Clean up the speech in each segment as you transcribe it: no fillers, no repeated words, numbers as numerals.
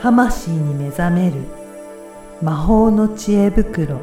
魂に目覚める魔法の知恵袋。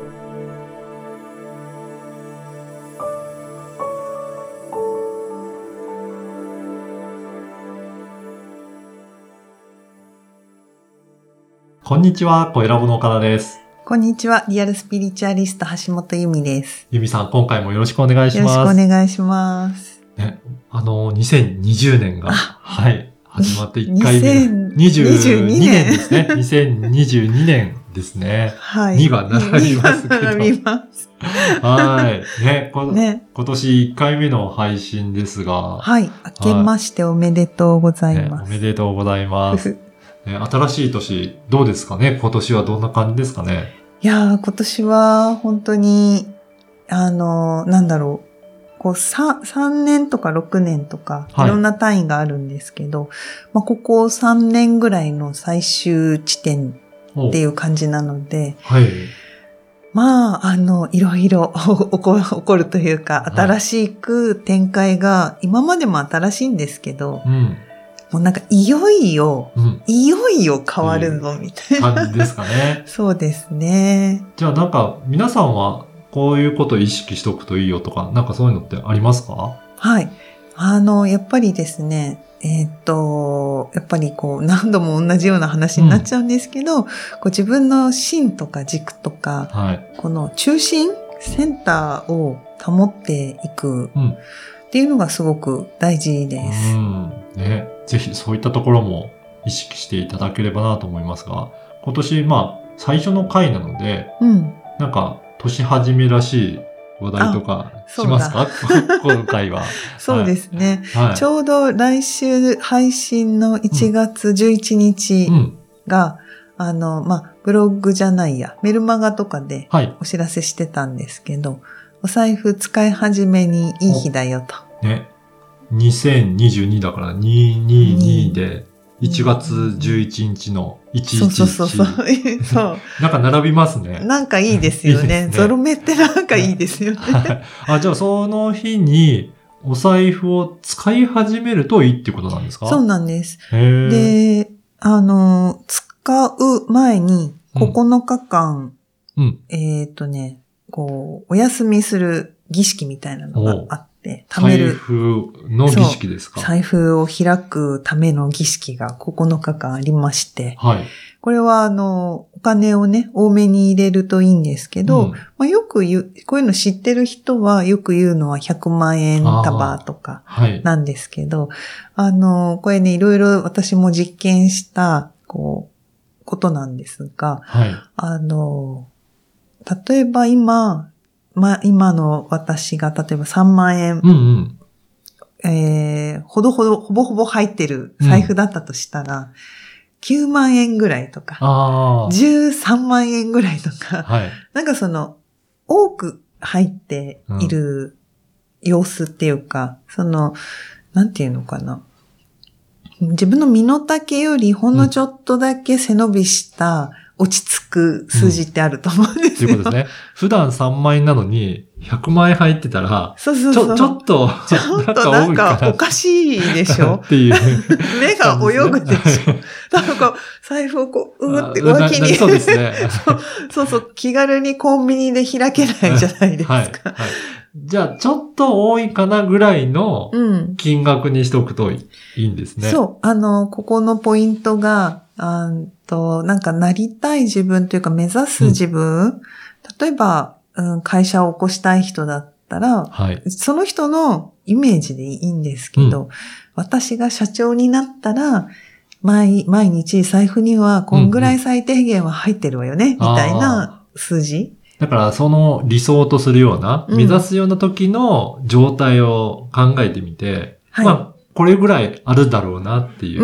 こんにちは、声ラボの岡田です。 こんにちは、リアルスピリチュアリスト橋本由美です。 由美さん、今回もよろしくお願いします。 よろしくお願いします。 ね、2020年が、はい、始まって1回目。 2022 22年ですね。2022年ですね。 はい。 2が並びますけど。 並びます。 はい。ね、 ね、 今年1回目の配信ですが。 はい。明けましておめでとうございます。 ね、おめでとうございます。ね、新しい年、どうですかね？今年はどんな感じですかね？ いやー、今年は本当に、なんだろう。3年とか6年とか、いろんな単位があるんですけど、まあ、ここ3年ぐらいの最終地点っていう感じなので、 はい。 まあ、いろいろ起こるというか、新しく展開が、今までも新しいんですけど、もうなんかいよいよ変わるぞみたいな感じですかね。 そうですね。 じゃあなんか皆さんはこういうことを意識しておくといいよとか、なんかそういうのってありますか？ はい。やっぱりですね、やっぱり何度も同じような話になっちゃうんですけど、自分の芯とか軸とか、 はい、 この中心、センターを保っていくっていうのがすごく大事です。 ね、ぜひそういったところも意識していただければなと思いますが、今年最初の回なので、なんか年始めらしい話題とかしますか？今回は。 そうですね、 はい。 ちょうど来週配信の1月11日が、ブログじゃないや、メルマガとかでお知らせしてたんですけど、お財布使い始めにいい日だよと。 ね。2022だから222で1月11日の111。 そう。 なんか並びますね。 なんかいいですよね。いいですね。ゾロ目ってなんかいいですよね。 じゃあその日にお財布を使い始めるといいってことなんですか？ そうなんです。で、使う前に9日間、お休みする儀式みたいなのがあって、 財布の儀式ですか？ 財布を開くための儀式が9日間ありまして、 はい。 これはお金をね、多めに入れるといいんですけど、よくこういうの知ってる人はよく言うのは100万円束とかなんですけど、これね、いろいろ私も実験した、ことなんですが、例えば今の私が例えば3万円、ほぼほぼ入ってる財布だったとしたら、9万円ぐらいとか、13万円ぐらいとか、なんか多く入っている様子っていうか、なんていうのかな。自分の身の丈よりほんのちょっとだけ背伸びした落ち着く数字ってあると思うんですよ。 ということですね。普段3万円なのに100万円入ってたら、ちょっとなんかおかしいでしょっていう。目が泳ぐでしょ。なんか財布をって脇に。 そうですね。 そう、気軽にコンビニで開けないじゃないですか。 じゃあ、ちょっと多いかなぐらいの金額にしておくといいんですね。 そう。ここのポイントが、なんかなりたい自分というか目指す自分、例えば、会社を起こしたい人だったら、その人のイメージでいいんですけど、私が社長になったら、毎日財布にはこんぐらい最低限は入ってるわよね、みたいな数字。 だからその理想とするような、目指すような時の状態を考えてみて、これぐらいあるだろうなっていう、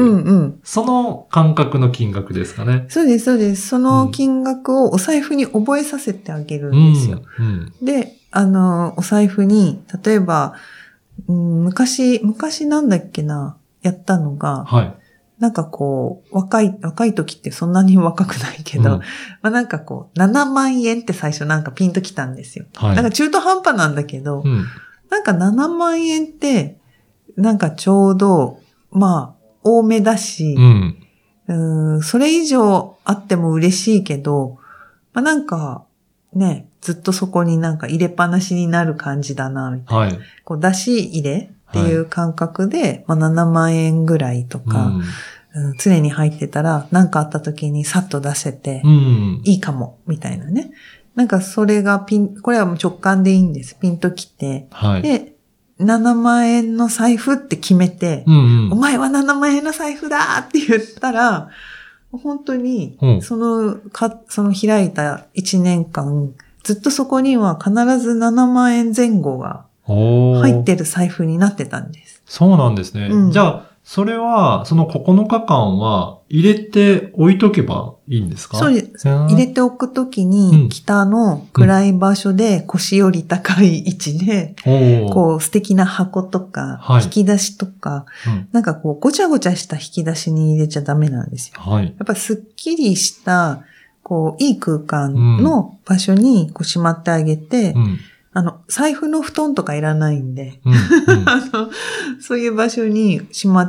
その感覚の金額ですかね。 そうです。その金額をお財布に覚えさせてあげるんですよ。で、お財布に、例えば、昔なんだっけな、やったのが、なんか若い時ってそんなに若くないけど、なんか7万円って最初なんかピンときたんですよ。なんか中途半端なんだけど、なんか7万円って、なんかちょうど、多めだし、 それ以上あっても嬉しいけど、まあ、なんか、ね、ずっとそこになんか入れっぱなしになる感じだな、みたいな。はい。こう、出し入れっていう感覚で、まあ、7万円ぐらいとか、常に入ってたら、なんかあった時にさっと出せて、いいかも、みたいなね。なんかそれがこれはもう直感でいいんです。ピンときて。はい。で、7万円の財布って決めて、お前は7万円の財布だって言ったら、本当に、その開いた1年間、ずっとそこには必ず7万円前後が入ってる財布になってたんです。 そうなんですね。じゃあ、それは、その9日間は入れて置いとけばいいんですか？ そうです。入れておくときに、北の暗い場所で腰より高い位置で、こう素敵な箱とか、引き出しとか、なんかこうごちゃごちゃした引き出しに入れちゃダメなんですよ。はい、やっぱすっきりした、こういい空間の場所にこうしまってあげて、財布の布団とかいらないんで、そういう場所に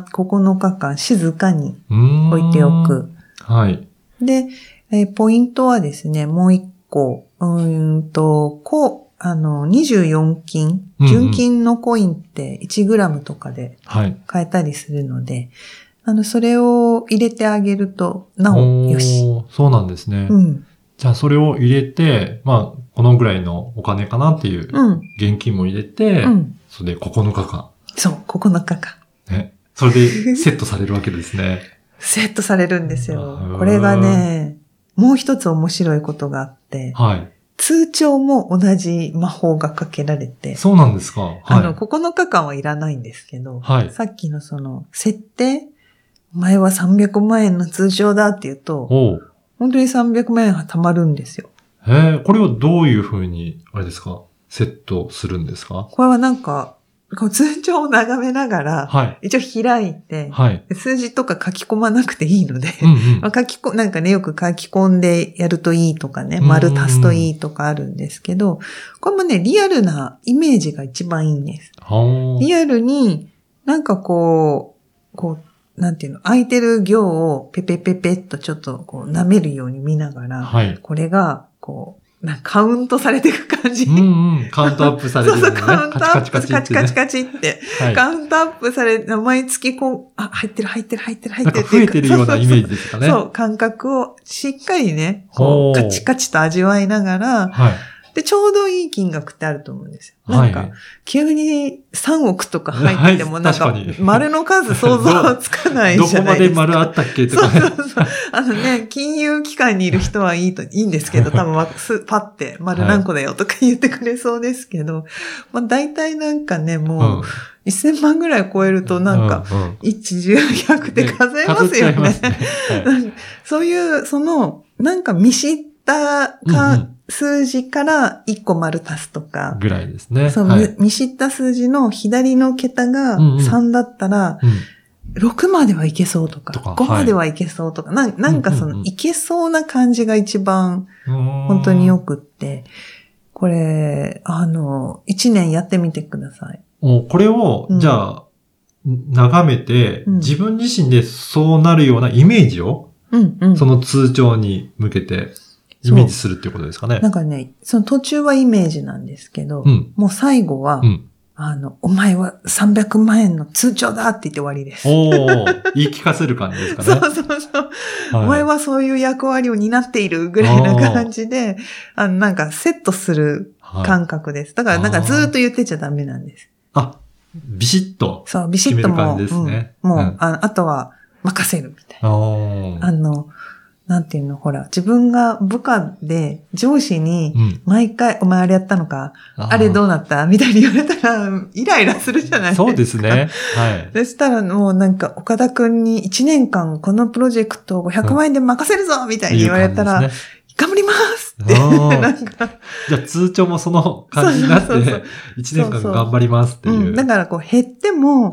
9日間静かに置いておく。はい。で、ポイントはですね、もう一個、24金、純金のコインって1グラムとかで買えたりするので、それを入れてあげると、なおよし。 そうなんですね。じゃあそれを入れて、まあ、このぐらいのお金かなっていう現金も入れて、それで9日間。 そう、9日間。 ね。それでセットされるわけですね。 セットされるんですよ。これがね、もう一つ面白いことがあって、はい。通帳も同じ魔法がかけられて。 そうなんですか。はい。 9日間はいらないんですけど、はい。さっきの設定、お前は300万円の通帳だって言うと、本当に300万円が貯まるんですよ。 これをどういうふうに、あれですか、セットするんですか？ これはなんか、通帳を眺めながら、はい、一応開いて、はい、数字とか書き込まなくていいので、なんかね、よく書き込んでやるといいとかね、丸足すといいとかあるんですけど、これもね、リアルなイメージが一番いいんです。リアルに、なんかこう、なんていうの、空いてる行をペペペペっとちょっとこう舐めるように見ながら、はい、これが、こう、カウントされていく感じ。 カウントアップされてるね。そう、 カウントアップ、カチカチカチって。はい、カウントアップされ、毎月こう、入ってる。 なんか増えてるようなイメージですかね。 そう、感覚をしっかりね、こう、カチカチと味わいながら、はい、で、ちょうどいい金額ってあると思うんですよ。なんか、急に3億とか入っても、なんか、丸の数想像つかないじゃないですか。 どこまで丸あったっけとかね。 そう。金融機関にいる人はいいんですけど、多分パッて丸何個だよとか言ってくれそうですけど、まあ大体なんかね、もう、1000万ぐらい超えるとなんか、1、10、100って数えますよね。そういう、なんか見知った数字から1個丸足すとか。 ぐらいですね。 そう、はい、見知った数字の左の桁が3だったら、6まではいけそうとか、5まではいけそうとか、なんかいけそうな感じが一番、本当によくって、これ、1年やってみてください。 これを、じゃあ、眺めて、自分自身でそうなるようなイメージを、その通帳に向けて、イメージするっていうことですかね。 なんかね、その途中はイメージなんですけど、もう最後は、お前は300万円の通帳だって言って終わりです。 言い聞かせる感じですかね。 そう。はい、お前はそういう役割を担っているぐらいな感じで、なんかセットする感覚です。だからなんかずーっと言ってちゃダメなんです。 ビシッと。 そう、ビシッともう、あとは任せるみたいな。なんていうの、ほら、自分が部下で上司に毎回、お前あれやったのか、あれどうなったみたいに言われたら、イライラするじゃないですか。 そうですね。はい。 そしたらもうなんか、岡田くんに1年間このプロジェクトを500万円で任せるぞみたいに言われたら、頑張りますって。なんか。 じゃあ通帳もその感じになって、1年間頑張りますっていう。 だからこう減っても、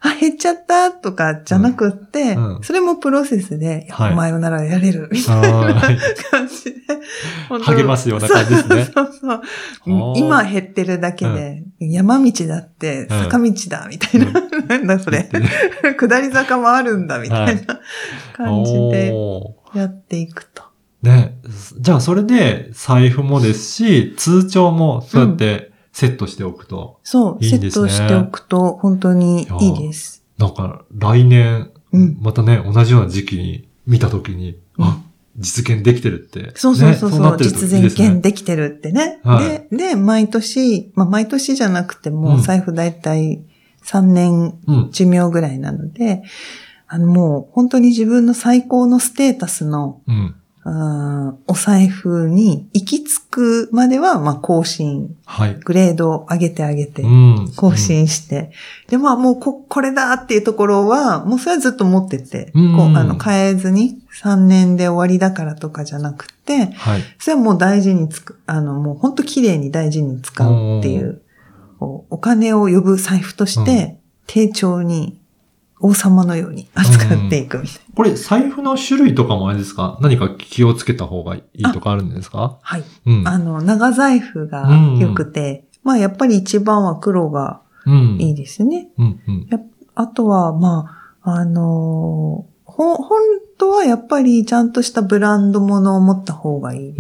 減っちゃったとかじゃなくって、それもプロセスで、お前ならやれるみたいな感じで。 励ますような感じですね。 そう。今減ってるだけで、山道だって坂道だみたいな。なんだそれ。下り坂もあるんだみたいな感じでやっていくと。 ね。じゃあそれで財布もですし、通帳もそうやってセットしておくといいんですね。 そう、セットしておくと本当にいいです。 なんか来年、またね、同じような時期に見たときに、実現できてるって。 そう、実現できてるってね。で、毎年じゃなくても、財布だいたい3年寿命ぐらいなので、もう本当に自分の最高のステータスの、お財布に行き着くまでは、更新、グレードを上げて、更新して、で、もうこれだっていうところは、もうそれはずっと持ってて、変えずに3年で終わりだからとかじゃなくて、それはもう大事にもう本当綺麗に大事に使うっていう、お金を呼ぶ財布として、丁重に、王様のように扱っていくみたいな。 これ、財布の種類とかもあれですか？何か気をつけた方がいいとかあるんですか？ はい。長財布が良くて、やっぱり一番は黒がいいですね。あとは、本当はやっぱりちゃんとしたブランドものを持った方がいいです。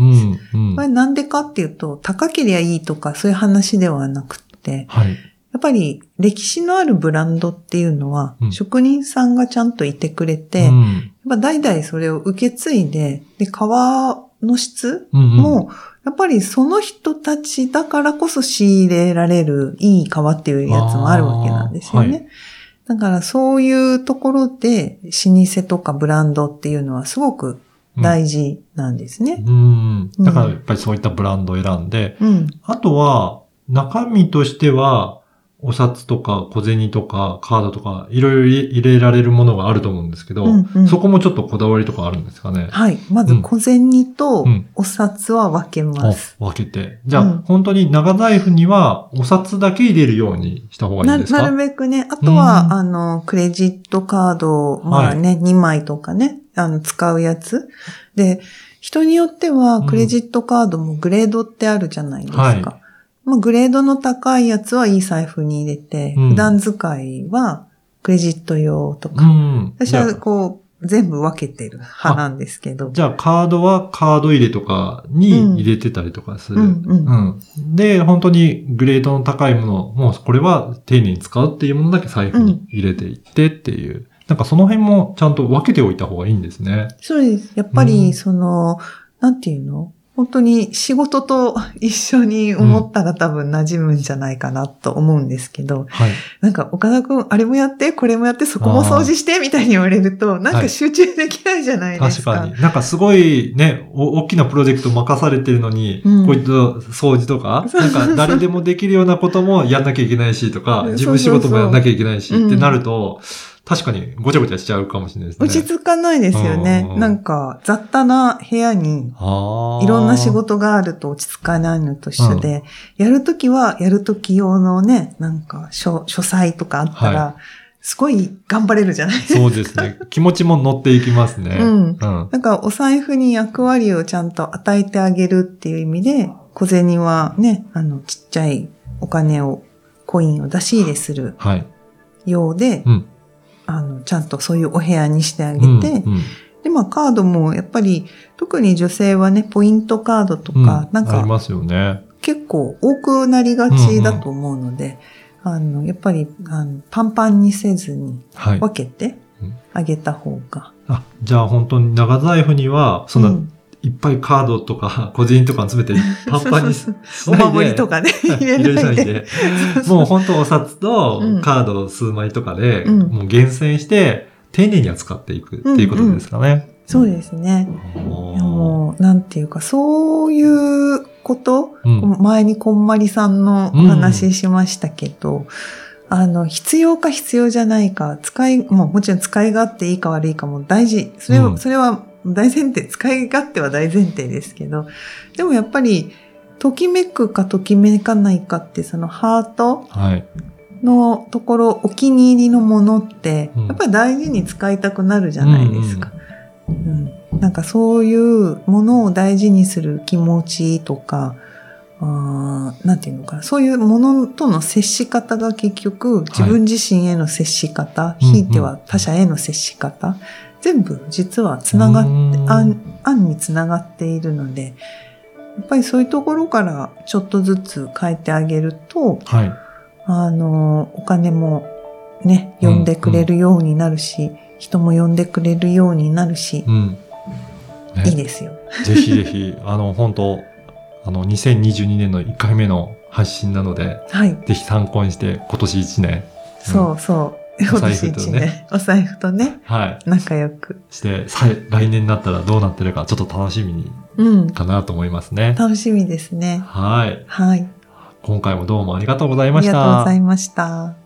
これなんでかっていうと、高ければいいとかそういう話ではなくて、やっぱり歴史のあるブランドっていうのは、職人さんがちゃんといてくれて、やっぱ代々それを受け継いで、革の質も、やっぱりその人たちだからこそ仕入れられるいい革っていうやつもあるわけなんですよね。だからそういうところで、老舗とかブランドっていうのはすごく大事なんですね。 だからやっぱりそういったブランドを選んで、あとは中身としては、お札とか小銭とかカードとかいろいろ入れられるものがあると思うんですけど、そこもちょっとこだわりとかあるんですかね？ はい。まず小銭とお札は分けます。 分けて。じゃあ、本当に長財布にはお札だけ入れるようにした方がいいんですか？ なるべくね。あとは、クレジットカード、2枚とかね、使うやつ。で、人によってはクレジットカードもグレードってあるじゃないですか。グレードの高いやつはいい財布に入れて、普段使いはクレジット用とか。私は全部分けてる派なんですけど。 じゃあカードはカード入れとかに入れてたりとかする。で、本当にグレードの高いもの、もうこれは丁寧に使うっていうものだけ財布に入れていってっていう。なんかその辺もちゃんと分けておいた方がいいんですね。 そうです。やっぱりなんていうの？本当に仕事と一緒に思ったら多分馴染むんじゃないかなと思うんですけど、なんか岡田くんあれもやって、これもやって、そこも掃除してみたいに言われると、なんか集中できないじゃないですか。 確かに。なんかすごいね、大きなプロジェクト任されてるのに、こういった掃除とか、なんか誰でもできるようなこともやんなきゃいけないしとか、自分仕事もやんなきゃいけないしってなると、確かにごちゃごちゃしちゃうかもしれないですね。 落ち着かないですよね。なんか雑多な部屋にいろんな仕事があると落ち着かないのと一緒で、やるときはやるとき用のね、なんか書斎とかあったら、すごい頑張れるじゃないですか。 そうですね。気持ちも乗っていきますね。 なんかお財布に役割をちゃんと与えてあげるっていう意味で、小銭はね、ちっちゃいお金を、コインを出し入れするようで、ちゃんとそういうお部屋にしてあげて、で、カードもやっぱり、特に女性はね、ポイントカードとか、なんか、 ありますよね。 結構多くなりがちだと思うので、やっぱり、パンパンにせずに分けてあげた方が。 じゃあ本当に長財布には、そんな、いっぱいカードとか小銭とか詰めてパンパンにしないで。 お守りとかね、入れないで。 もう本当お札とカード数枚とかで、もう厳選して丁寧に扱っていくっていうことですかね。 そうですね。もう、なんていうか、そういうこと、前にこんまりさんのお話しましたけど、必要か必要じゃないか、もちろん使い勝手いいか悪いかも大事。それは大前提、使い勝手は大前提ですけど、でもやっぱり、ときめくかときめかないかって、そのハートのところ、お気に入りのものって、やっぱり大事に使いたくなるじゃないですか。なんかそういうものを大事にする気持ちとか、なんていうのかな、そういうものとの接し方が結局、自分自身への接し方、ひいては他者への接し方、全部実はつながって、案につながっているので、やっぱりそういうところからちょっとずつ変えてあげると、お金もね、呼んでくれるようになるし、人も呼んでくれるようになるし、いいですよ。 ぜひぜひ、本当2022年の1回目の発信なので、ぜひ参考にして今年1年。 そうそう。今年1年。お財布とね。仲良く。 して、来年になったらどうなってるかちょっと楽しみに、かなと思いますね。 楽しみですね。 はい。今回もどうもありがとうございました。 ありがとうございました。